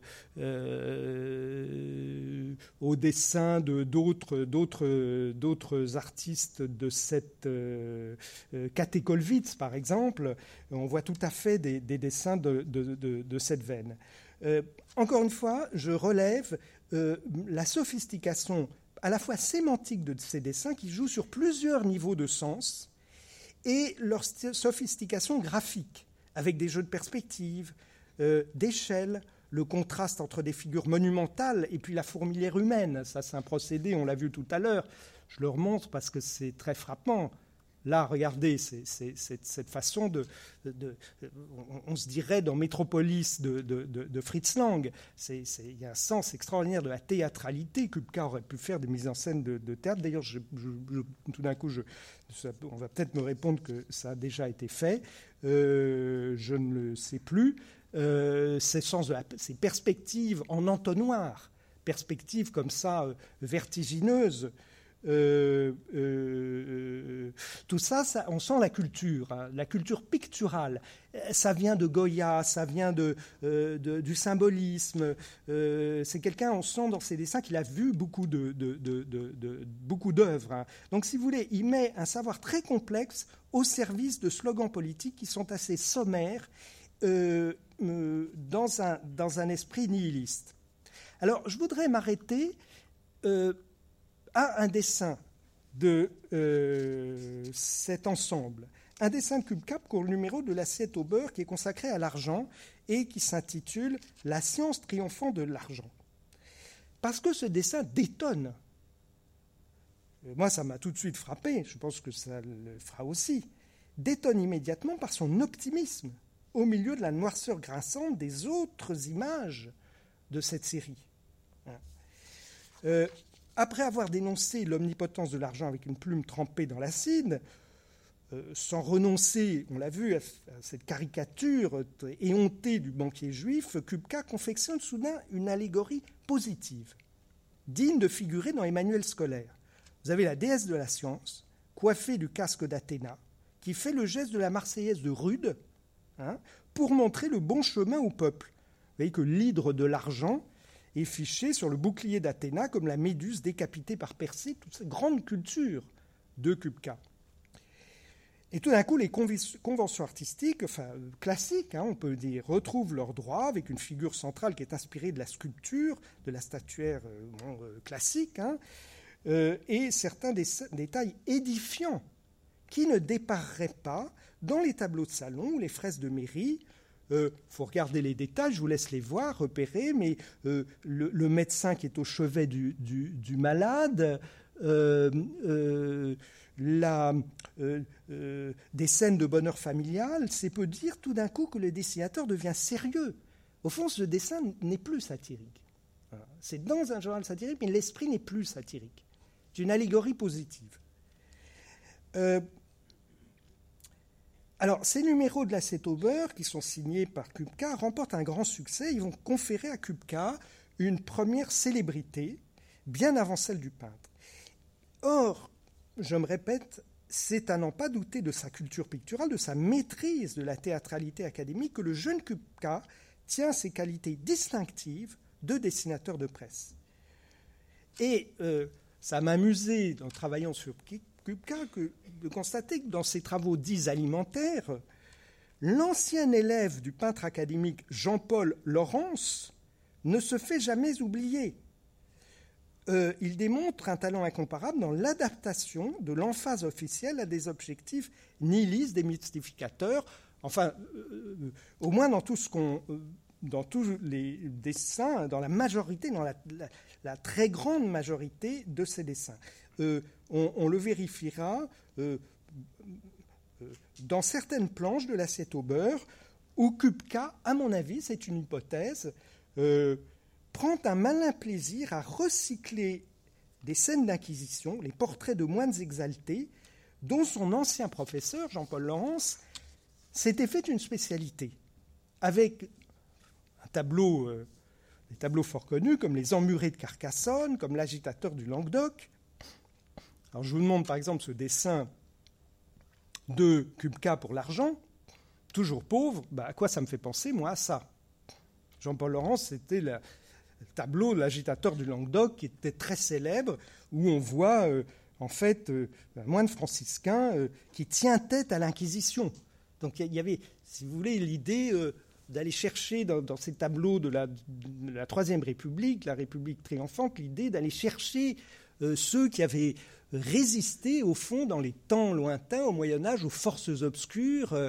euh, au dessin de, d'autres, d'autres, d'autres artistes de cette euh, Kate Kollwitz, par exemple, on voit tout à fait des, des dessins de, de, de, de cette veine. Euh, encore une fois, je relève euh, la sophistication à la fois sémantique de ces dessins qui jouent sur plusieurs niveaux de sens et leur sophistication graphique, avec des jeux de perspective, euh, d'échelle, le contraste entre des figures monumentales et puis la fourmilière humaine. Ça, c'est un procédé, on l'a vu tout à l'heure. Je le remontre parce que c'est très frappant. Là, regardez, c'est, c'est, c'est cette façon de, de, de... On, on se dirait dans Métropolis de, de, de, de Fritz Lang. C'est, c'est, il y a un sens extraordinaire de la théâtralité. Kupka aurait pu faire des mises en scène de, de théâtre. D'ailleurs, je, je, je, tout d'un coup, je, ça, on va peut-être me répondre que ça a déjà été fait. Euh, je ne le sais plus. euh, ces, sens de la, ces perspectives en entonnoir, perspectives comme ça euh, vertigineuses. Euh, euh, tout ça, ça, on sent la culture, hein, la culture picturale. Ça vient de Goya, ça vient de, euh, de, du symbolisme. Euh, c'est quelqu'un, on sent dans ses dessins qu'il a vu beaucoup de, de, de, de, de beaucoup d'œuvres. Hein. Donc, si vous voulez, il met un savoir très complexe au service de slogans politiques qui sont assez sommaires euh, euh, dans, un, dans un esprit nihiliste. Alors, je voudrais m'arrêter euh, à un dessin de euh, cet ensemble. Un dessin de Kupka pour le numéro de l'assiette au beurre qui est consacré à l'argent et qui s'intitule « La science triomphant de l'argent ». Parce que ce dessin détonne. Moi, ça m'a tout de suite frappé, je pense que ça le fera aussi. Détonne immédiatement par son optimisme au milieu de la noirceur grinçante des autres images de cette série. Euh, Après avoir dénoncé l'omnipotence de l'argent avec une plume trempée dans l'acide, euh, sans renoncer, on l'a vu, à, à cette caricature éhontée du banquier juif, Kupka confectionne soudain une allégorie positive, digne de figurer dans les manuels scolaires. Vous avez la déesse de la science, coiffée du casque d'Athéna, qui fait le geste de la Marseillaise de Rude, hein, pour montrer le bon chemin au peuple. Vous voyez que l'hydre de l'argent est fiché sur le bouclier d'Athéna comme la méduse décapitée par Persée, toute cette grande culture de Kupka. Et tout d'un coup, les conventions artistiques, enfin classiques, hein, on peut dire, retrouvent leurs droits avec une figure centrale qui est inspirée de la sculpture, de la statuaire euh, bon, euh, classique, hein, euh, et certains des, détails édifiants qui ne dépareraient pas dans les tableaux de salon ou les fresques de mairie. Il euh, faut regarder les détails, je vous laisse les voir, repérer, mais euh, le, le médecin qui est au chevet du, du, du malade, euh, euh, la, euh, euh, des scènes de bonheur familial, c'est peu dire tout d'un coup que le dessinateur devient sérieux. Au fond, ce dessin n'est plus satirique. Voilà. C'est dans un journal satirique, mais l'esprit n'est plus satirique. C'est une allégorie positive. Euh, Alors, ces numéros de l'assiette au beurre, qui sont signés par Kupka, remportent un grand succès. Ils vont conférer à Kupka une première célébrité, bien avant celle du peintre. Or, je me répète, c'est à n'en pas douter de sa culture picturale, de sa maîtrise de la théâtralité académique, que le jeune Kupka tient ses qualités distinctives de dessinateur de presse. Et euh, ça m'amusait, en travaillant sur Kupka, que, de constater que dans ses travaux dits alimentaires, l'ancien élève du peintre académique Jean-Paul Laurence ne se fait jamais oublier. Euh, il démontre un talent incomparable dans l'adaptation de l'emphase officielle à des objectifs nihilistes, démystificateurs, enfin, euh, au moins dans tout ce qu'on... Euh, dans tous les dessins, dans la majorité, dans la, la, la très grande majorité de ces dessins. Euh, on, on le vérifiera euh, euh, dans certaines planches de l'assiette au beurre, où Kupka, à mon avis, c'est une hypothèse, euh, prend un malin plaisir à recycler des scènes d'inquisition, les portraits de moines exaltés, dont son ancien professeur, Jean-Paul Laurence, s'était fait une spécialité, avec un tableau, euh, des tableaux fort connus, comme les Emmurés de Carcassonne, comme l'Agitateur du Languedoc. Alors, je vous montre par exemple ce dessin de Kupka pour l'argent, toujours pauvre. Bah, à quoi ça me fait penser, moi, à ça? Jean-Paul Laurence, c'était la, le tableau de l'Agitateur du Languedoc, qui était très célèbre, où on voit euh, en fait euh, un moine franciscain euh, qui tient tête à l'Inquisition. Donc il y avait, si vous voulez, l'idée euh, d'aller chercher dans, dans ces tableaux de la, de la Troisième République, la République triomphante, l'idée d'aller chercher euh, ceux qui avaient résisté, au fond, dans les temps lointains, au Moyen-Âge, aux forces obscures, euh,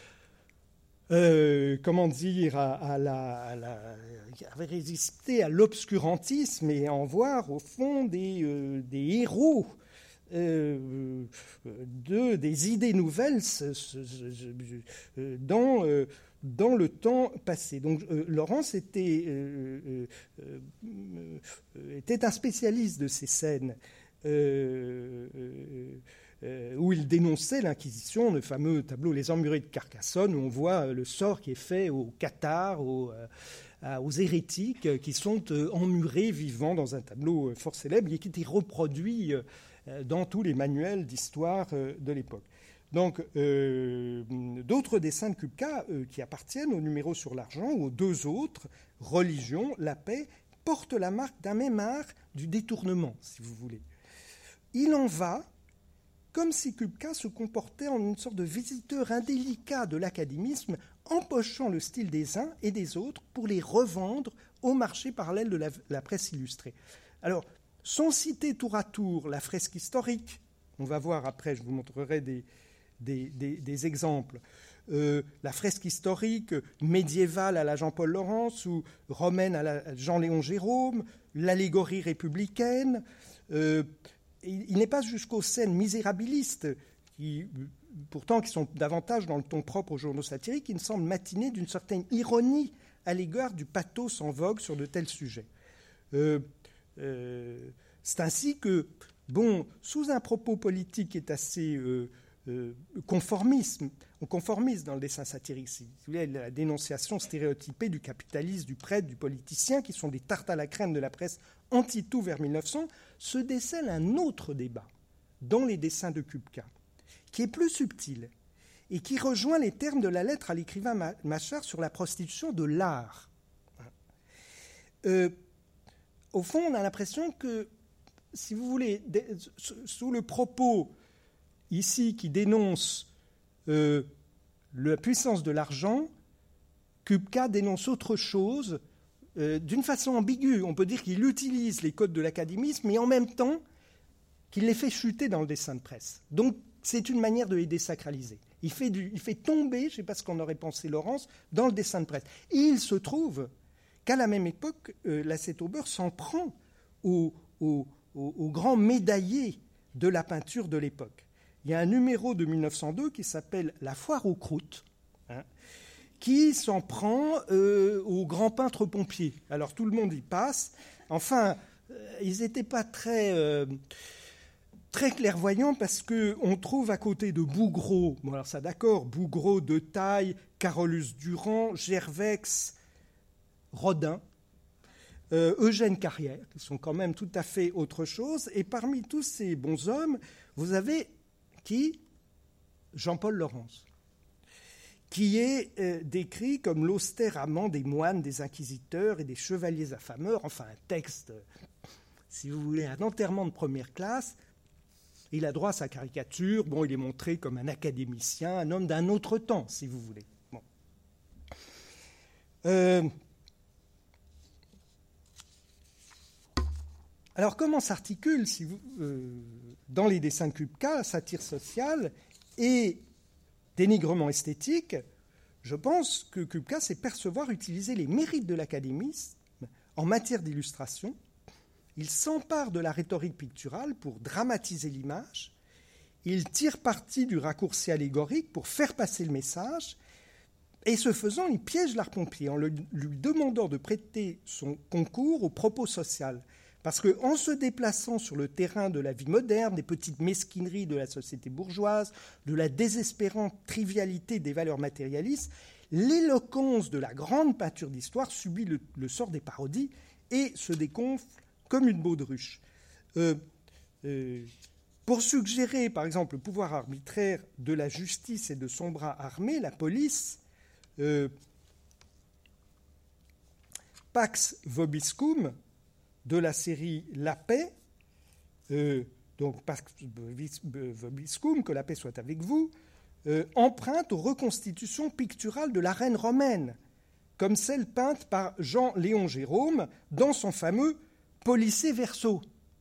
euh, comment dire, à, à la, à la, qui avaient résisté à l'obscurantisme et en voir, au fond, des, euh, des héros euh, de, des idées nouvelles ce, ce, ce, dans... Euh, dans le temps passé. Donc, euh, Laurence était, euh, euh, euh, était un spécialiste de ces scènes. Euh, euh, où il dénonçait l'Inquisition, le fameux tableau « Les emmurés de Carcassonne », où on voit le sort qui est fait aux cathares, aux, euh, aux hérétiques, qui sont euh, emmurés vivants dans un tableau euh, fort célèbre et qui était reproduit euh, dans tous les manuels d'histoire euh, de l'époque. Donc, euh, d'autres dessins de Kupka euh, qui appartiennent au numéro sur l'argent ou aux deux autres, Religion, la paix, portent la marque d'un même art du détournement, si vous voulez. Il en va comme si Kupka se comportait en une sorte de visiteur indélicat de l'académisme, empochant le style des uns et des autres pour les revendre au marché parallèle de la, la presse illustrée. Alors, sans citer tour à tour la fresque historique, on va voir après, je vous montrerai des, des, des, des exemples, euh, la fresque historique médiévale à la Jean-Paul Laurence ou romaine à la Jean-Léon Gérôme, l'allégorie républicaine. Euh, il il n'est pas jusqu'aux scènes misérabilistes, qui, pourtant qui sont davantage dans le ton propre aux journaux satiriques, qui me semblent matinées d'une certaine ironie à l'égard du pathos en vogue sur de tels sujets. Euh, euh, c'est ainsi que, bon, sous un propos politique qui est assez euh, euh, conformisme, on conformiste dans le dessin satirique, si vous voulez, la dénonciation stéréotypée du capitaliste, du prêtre, du politicien, qui sont des tartes à la crème de la presse anti-tout vers mille neuf cents, se décèle un autre débat dans les dessins de Kupka, qui est plus subtil et qui rejoint les termes de la lettre à l'écrivain Machard sur la prostitution de l'art. Euh, au fond, on a l'impression que, si vous voulez, sous le propos ici qui dénonce euh, la puissance de l'argent, Kupka dénonce autre chose euh, d'une façon ambiguë. On peut dire qu'il utilise les codes de l'académisme, mais en même temps qu'il les fait chuter dans le dessin de presse. Donc, c'est une manière de les désacraliser. Il fait, du, il fait tomber, je ne sais pas ce qu'en aurait pensé Laurence, dans le dessin de presse. Et il se trouve qu'à la même époque, euh, l'Assiette au beurre s'en prend aux, aux, aux, aux grands médaillés de la peinture de l'époque. Il y a un numéro de mille neuf cent deux qui s'appelle « La foire aux croûtes hein, », qui s'en prend euh, aux grands peintres pompiers. Alors tout le monde y passe. Enfin, euh, ils n'étaient pas très... Euh, Très clairvoyant parce qu'on trouve à côté de Bouguereau, bon alors ça d'accord, Bouguereau, De Taille, Carolus Durand, Gervex, Rodin, euh, Eugène Carrière, qui sont quand même tout à fait autre chose. Et parmi tous ces bons hommes, vous avez qui ? Jean-Paul Laurence, qui est euh, décrit comme l'austère amant des moines, des inquisiteurs et des chevaliers affameurs. Enfin, un texte, euh, si vous voulez, un enterrement de première classe. Il a droit à sa caricature. Bon, il est montré comme un académicien, un homme d'un autre temps, si vous voulez. Bon. Euh... Alors, comment s'articule, si vous, euh, dans les dessins de Kupka, satire sociale et dénigrement esthétique? Je pense que Kupka sait percevoir, utiliser les mérites de l'académisme en matière d'illustration. Il s'empare de la rhétorique picturale pour dramatiser l'image. Il tire parti du raccourci allégorique pour faire passer le message. Et ce faisant, il piège l'art pompier en le, lui demandant de prêter son concours au propos social. Parce qu'en se déplaçant sur le terrain de la vie moderne, des petites mesquineries de la société bourgeoise, de la désespérante trivialité des valeurs matérialistes, l'éloquence de la grande peinture d'histoire subit le, le sort des parodies et se dégonfle comme une baudruche. Euh, euh, pour suggérer, par exemple, le pouvoir arbitraire de la justice et de son bras armé, la police, euh, Pax Vobiscum, de la série La Paix, euh, donc Pax Vobiscum, que la paix soit avec vous, euh, emprunte aux reconstitutions picturales de la reine romaine, comme celle peinte par Jean-Léon Gérôme dans son fameux Policier verso,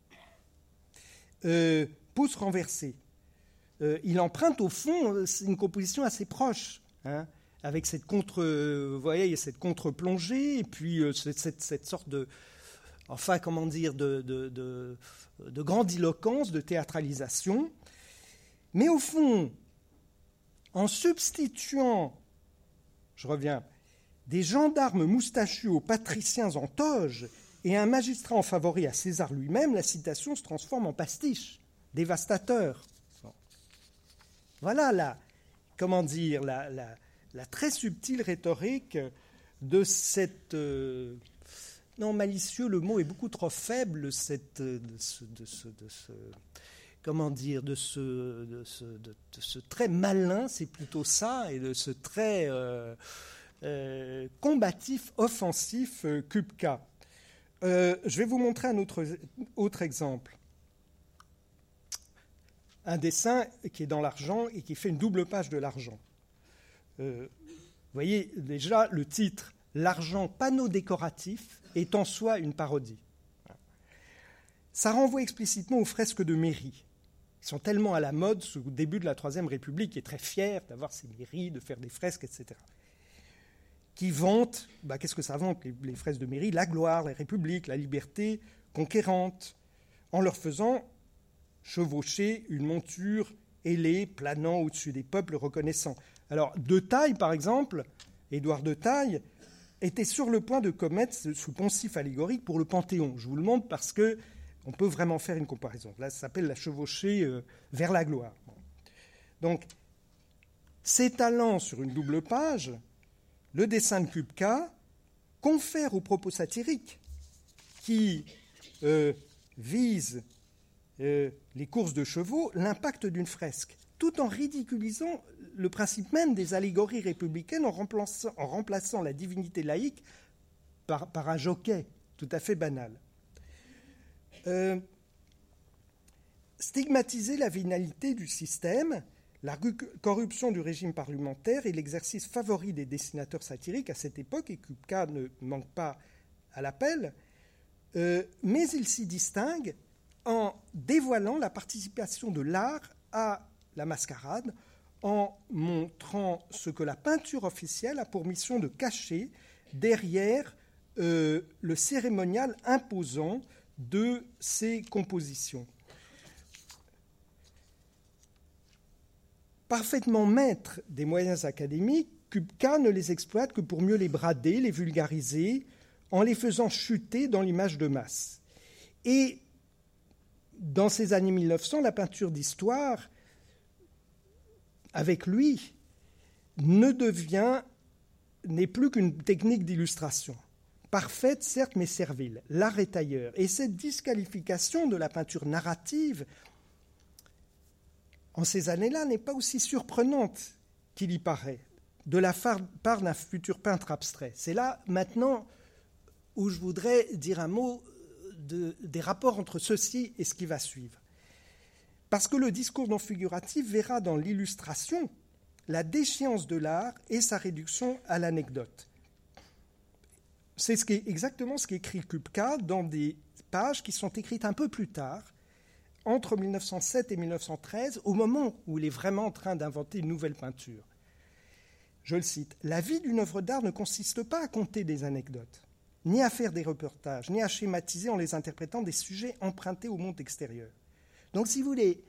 euh, pouce renversé. Euh, il emprunte au fond, c'est une composition assez proche, hein, avec cette contre, euh, vous voyez, il y a cette contre-plongée et puis euh, cette, cette, cette sorte de, enfin comment dire, de, de, de, de grandiloquence, de théâtralisation. Mais au fond, en substituant, je reviens, des gendarmes moustachus aux patriciens en toge et un magistrat en favori à César lui-même, la citation se transforme en pastiche, dévastateur. Voilà la, comment dire, la, la, la très subtile rhétorique de cette... Euh, non, malicieux, le mot est beaucoup trop faible, cette, de ce, de ce, de ce comment dire, de ce, de ce, de, de ce trait malin, c'est plutôt ça, et de ce trait euh, euh, combatif, offensif, euh, Kupka. Euh, je vais vous montrer un autre, autre exemple. Un dessin qui est dans l'argent et qui fait une double page de l'argent. Euh, vous voyez déjà le titre « L'argent panneau décoratif » est en soi une parodie. Ça renvoie explicitement aux fresques de mairie. Ils sont tellement à la mode au début de la Troisième République, qui est très fière d'avoir ses mairies, de faire des fresques, et cetera. Qui vantent, bah, qu'est-ce que ça vante, les, les fresques de mairie? La gloire, la République, la liberté conquérante, en leur faisant chevaucher une monture ailée, planant au-dessus des peuples reconnaissants. Alors, De Taille, par exemple, Édouard De Taille, était sur le point de commettre ce poncif allégorique pour le Panthéon. Je vous le montre parce que on peut vraiment faire une comparaison. Là, ça s'appelle la chevauchée euh, vers la gloire. Donc, s'étalant sur une double page, le dessin de Kupka confère aux propos satiriques qui euh, visent euh, les courses de chevaux l'impact d'une fresque, tout en ridiculisant le principe même des allégories républicaines en remplaçant, en remplaçant la divinité laïque par, par un jockey tout à fait banal. Euh, stigmatiser la vénalité du système, la corruption du régime parlementaire et l'exercice favori des dessinateurs satiriques à cette époque, et Kupka ne manque pas à l'appel, euh, mais il s'y distingue en dévoilant la participation de l'art à la mascarade, en montrant ce que la peinture officielle a pour mission de cacher derrière euh, le cérémonial imposant de ses compositions. Parfaitement maître des moyens académiques, Kupka ne les exploite que pour mieux les brader, les vulgariser, en les faisant chuter dans l'image de masse. Et dans ces années mille neuf cents, la peinture d'histoire, avec lui, ne devient, n'est plus qu'une technique d'illustration. Parfaite, certes, mais servile. L'art est ailleurs. Et cette disqualification de la peinture narrative, en ces années-là, n'est pas aussi surprenante qu'il y paraît, de la part d'un futur peintre abstrait. C'est là, maintenant, où je voudrais dire un mot de, des rapports entre ceci et ce qui va suivre. Parce que le discours non figuratif verra dans l'illustration la déchéance de l'art et sa réduction à l'anecdote. C'est ce qui est exactement ce qu'écrit Kupka dans des pages qui sont écrites un peu plus tard, entre mille neuf cent sept et mille neuf cent treize, au moment où il est vraiment en train d'inventer une nouvelle peinture. Je le cite, « La vie d'une œuvre d'art ne consiste pas à conter des anecdotes, ni à faire des reportages, ni à schématiser en les interprétant des sujets empruntés au monde extérieur. Donc, si vous voulez,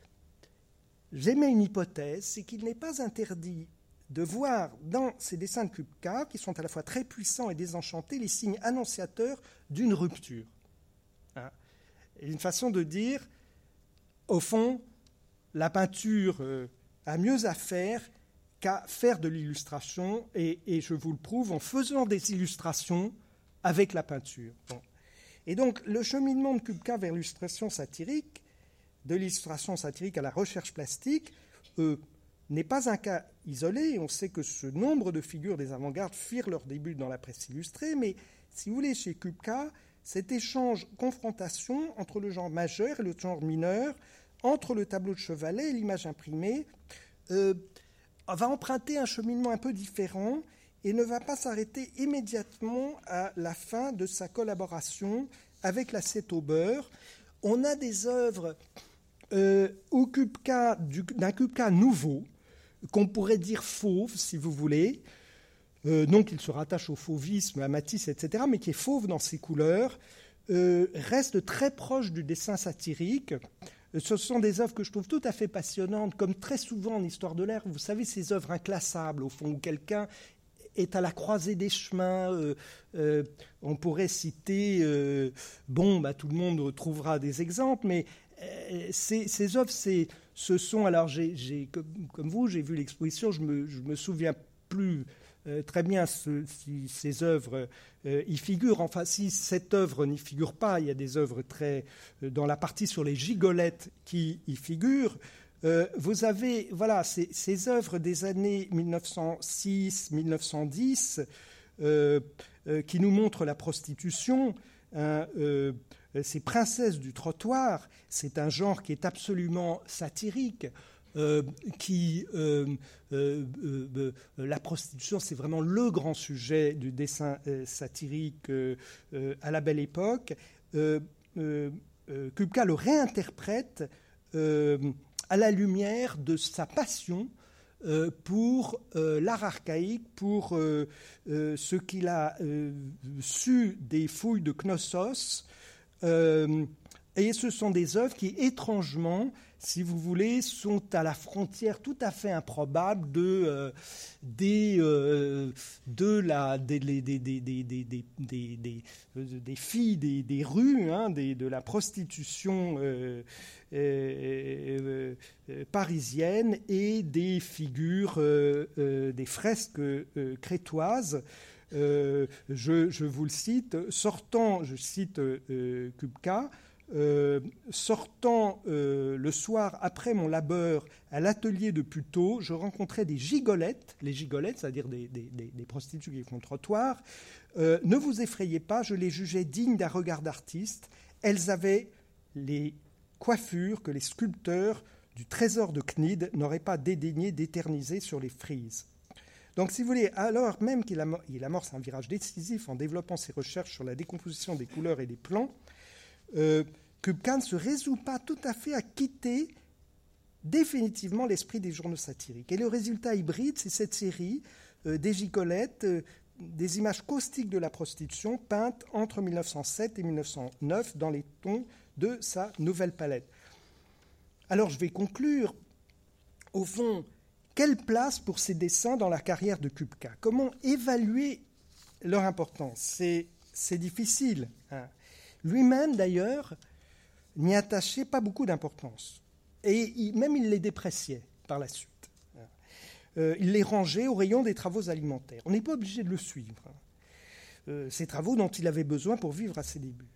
j'émets une hypothèse, c'est qu'il n'est pas interdit de voir dans ces dessins de Kupka, qui sont à la fois très puissants et désenchantés, les signes annonciateurs d'une rupture. Hein, une façon de dire, au fond, la peinture euh, a mieux à faire qu'à faire de l'illustration, et, et je vous le prouve en faisant des illustrations avec la peinture. Bon. Et donc, le cheminement de Kupka vers l'illustration satirique, de l'illustration satirique à la recherche plastique, euh, n'est pas un cas isolé. On sait que ce nombre de figures des avant-gardes firent leur début dans la presse illustrée, mais si vous voulez, chez Kupka, cet échange, confrontation entre le genre majeur et le genre mineur, entre le tableau de chevalet et l'image imprimée, euh, va emprunter un cheminement un peu différent et ne va pas s'arrêter immédiatement à la fin de sa collaboration avec l'Assiette au beurre. On a des œuvres euh, au Kupka, du, d'un Kupka nouveau, qu'on pourrait dire fauve, si vous voulez, euh, non qu'il se rattache au fauvisme, à Matisse, et cetera, mais qui est fauve dans ses couleurs, euh, reste très proche du dessin satirique. Ce sont des œuvres que je trouve tout à fait passionnantes, comme très souvent en histoire de l'art, vous savez, ces œuvres inclassables, au fond, où quelqu'un est à la croisée des chemins. Euh, euh, on pourrait citer, euh, bon, bah, tout le monde trouvera des exemples, mais euh, ces, ces œuvres, c'est ce sont, alors j'ai, j'ai, comme, comme vous, j'ai vu l'exposition, je me, je me souviens plus euh, très bien ce, si ces œuvres euh, y figurent. Enfin, si cette œuvre n'y figure pas, il y a des œuvres très euh, dans la partie sur les gigolettes qui y figurent. Euh, vous avez, voilà, ces, ces œuvres des années mille neuf cent six mille neuf cent dix euh, euh, qui nous montrent la prostitution. Hein, euh, ces princesses du trottoir, c'est un genre qui est absolument satirique. Euh, qui euh, euh, euh, euh, la prostitution, c'est vraiment le grand sujet du dessin euh, satirique euh, euh, à la Belle Époque. Euh, euh, euh, Kupka le réinterprète euh, à la lumière de sa passion euh, pour euh, l'art archaïque, pour euh, euh, ce qu'il a euh, su des fouilles de Knossos. Euh, et ce sont des œuvres qui, étrangement, si vous voulez, sont à la frontière tout à fait improbable de, euh, des, euh, de la, des, des, des, des, des, des, des, des, des filles des, des rues, hein, des, de la prostitution euh, euh, euh, parisienne et des figures, euh, euh, des fresques euh, crétoises. Euh, je, je vous le cite, sortant, je cite euh, Kupka, Euh, sortant euh, le soir après mon labeur à l'atelier de Puteaux, je rencontrais des gigolettes, les gigolettes, c'est-à-dire des, des, des, des prostituées qui font le trottoir. Euh, ne vous effrayez pas, je les jugeais dignes d'un regard d'artiste. Elles avaient les coiffures que les sculpteurs du trésor de Cnide n'auraient pas dédaigné d'éterniser sur les frises. Donc, si vous voulez, alors même qu'il amor- il amorce un virage décisif en développant ses recherches sur la décomposition des couleurs et des plans, Euh, Kupka ne se résout pas tout à fait à quitter définitivement l'esprit des journaux satiriques. Et le résultat hybride, c'est cette série euh, des gigolettes, euh, des images caustiques de la prostitution peintes entre mille neuf cent sept et mille neuf cent neuf dans les tons de sa nouvelle palette. Alors je vais conclure. Au fond, quelle place pour ces dessins dans la carrière de Kupka? Comment évaluer leur importance? C'est, c'est difficile, hein. Lui-même, d'ailleurs, n'y attachait pas beaucoup d'importance. Et il, même il les dépréciait par la suite. Euh, il les rangeait au rayon des travaux alimentaires. On n'est pas obligé de le suivre. Euh, ces travaux dont il avait besoin pour vivre à ses débuts.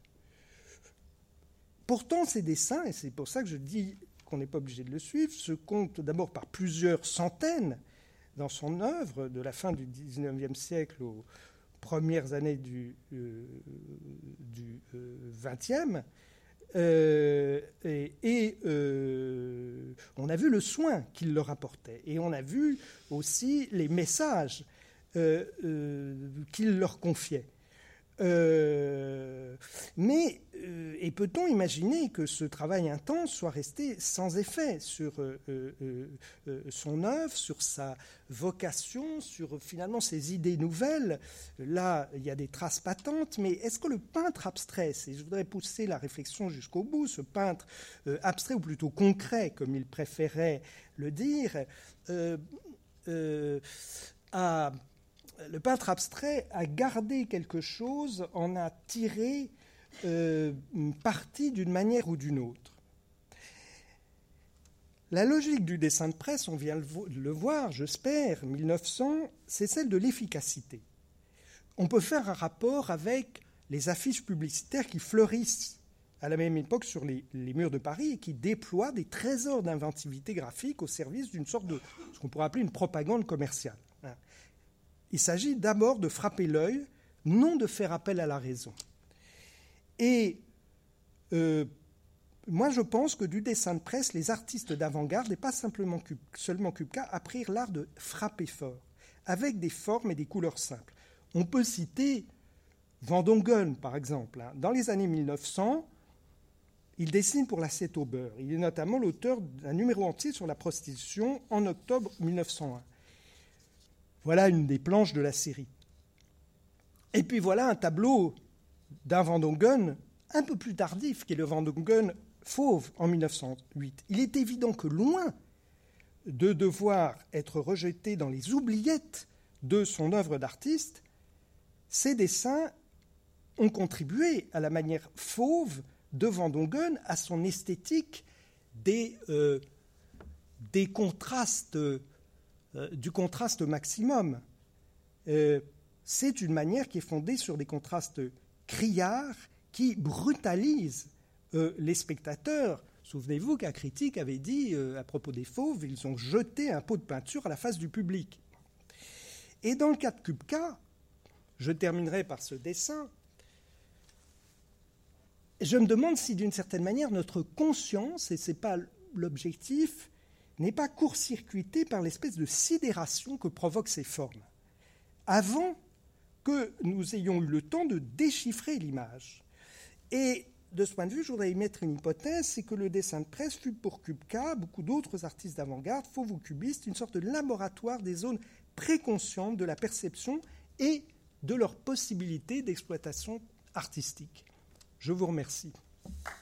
Pourtant, ces dessins, et c'est pour ça que je dis qu'on n'est pas obligé de le suivre, se comptent d'abord par plusieurs centaines dans son œuvre, de la fin du dix-neuvième siècle au premières années du, euh, du euh, vingtième, euh, et, et euh, on a vu le soin qu'il leur apportait, et on a vu aussi les messages euh, euh, qu'il leur confiait. Euh, mais, euh, et peut-on imaginer que ce travail intense soit resté sans effet sur euh, euh, euh, son œuvre, sur sa vocation, sur finalement ses idées nouvelles? Là, il y a des traces patentes, mais est-ce que le peintre abstrait, et je voudrais pousser la réflexion jusqu'au bout, ce peintre euh, abstrait, ou plutôt concret, comme il préférait le dire, euh, euh, a... Le peintre abstrait a gardé quelque chose, en a tiré euh, parti d'une manière ou d'une autre. La logique du dessin de presse, on vient de le voir, j'espère, mille neuf cents, c'est celle de l'efficacité. On peut faire un rapport avec les affiches publicitaires qui fleurissent à la même époque sur les, les murs de Paris et qui déploient des trésors d'inventivité graphique au service d'une sorte de ce qu'on pourrait appeler une propagande commerciale. Il s'agit d'abord de frapper l'œil, non de faire appel à la raison. Et euh, moi, je pense que du dessin de presse, les artistes d'avant-garde, et pas simplement seulement Kupka, apprirent l'art de frapper fort, avec des formes et des couleurs simples. On peut citer Van Dongen, par exemple. Dans les années mille neuf cents, il dessine pour l'Assiette au beurre. Il est notamment l'auteur d'un numéro entier sur la prostitution en octobre mille neuf cent un. Voilà une des planches de la série. Et puis voilà un tableau d'un Van Dongen un peu plus tardif, qui est le Van Dongen fauve en mille neuf cent huit. Il est évident que loin de devoir être rejeté dans les oubliettes de son œuvre d'artiste, ces dessins ont contribué à la manière fauve de Van Dongen, à son esthétique des, euh, des contrastes, euh, du contraste maximum. Euh, c'est une manière qui est fondée sur des contrastes criards qui brutalisent euh, les spectateurs. Souvenez-vous qu'un critique avait dit euh, à propos des fauves, ils ont jeté un pot de peinture à la face du public. Et dans le cas de Kupka, je terminerai par ce dessin, je me demande si d'une certaine manière notre conscience, et ce n'est pas l'objectif, n'est pas court-circuitée par l'espèce de sidération que provoquent ces formes, avant que nous ayons eu le temps de déchiffrer l'image. Et de ce point de vue, je voudrais émettre une hypothèse, c'est que le dessin de presse fut pour Kupka, beaucoup d'autres artistes d'avant-garde, fauves ou cubistes, une sorte de laboratoire des zones préconscientes de la perception et de leur possibilité d'exploitation artistique. Je vous remercie.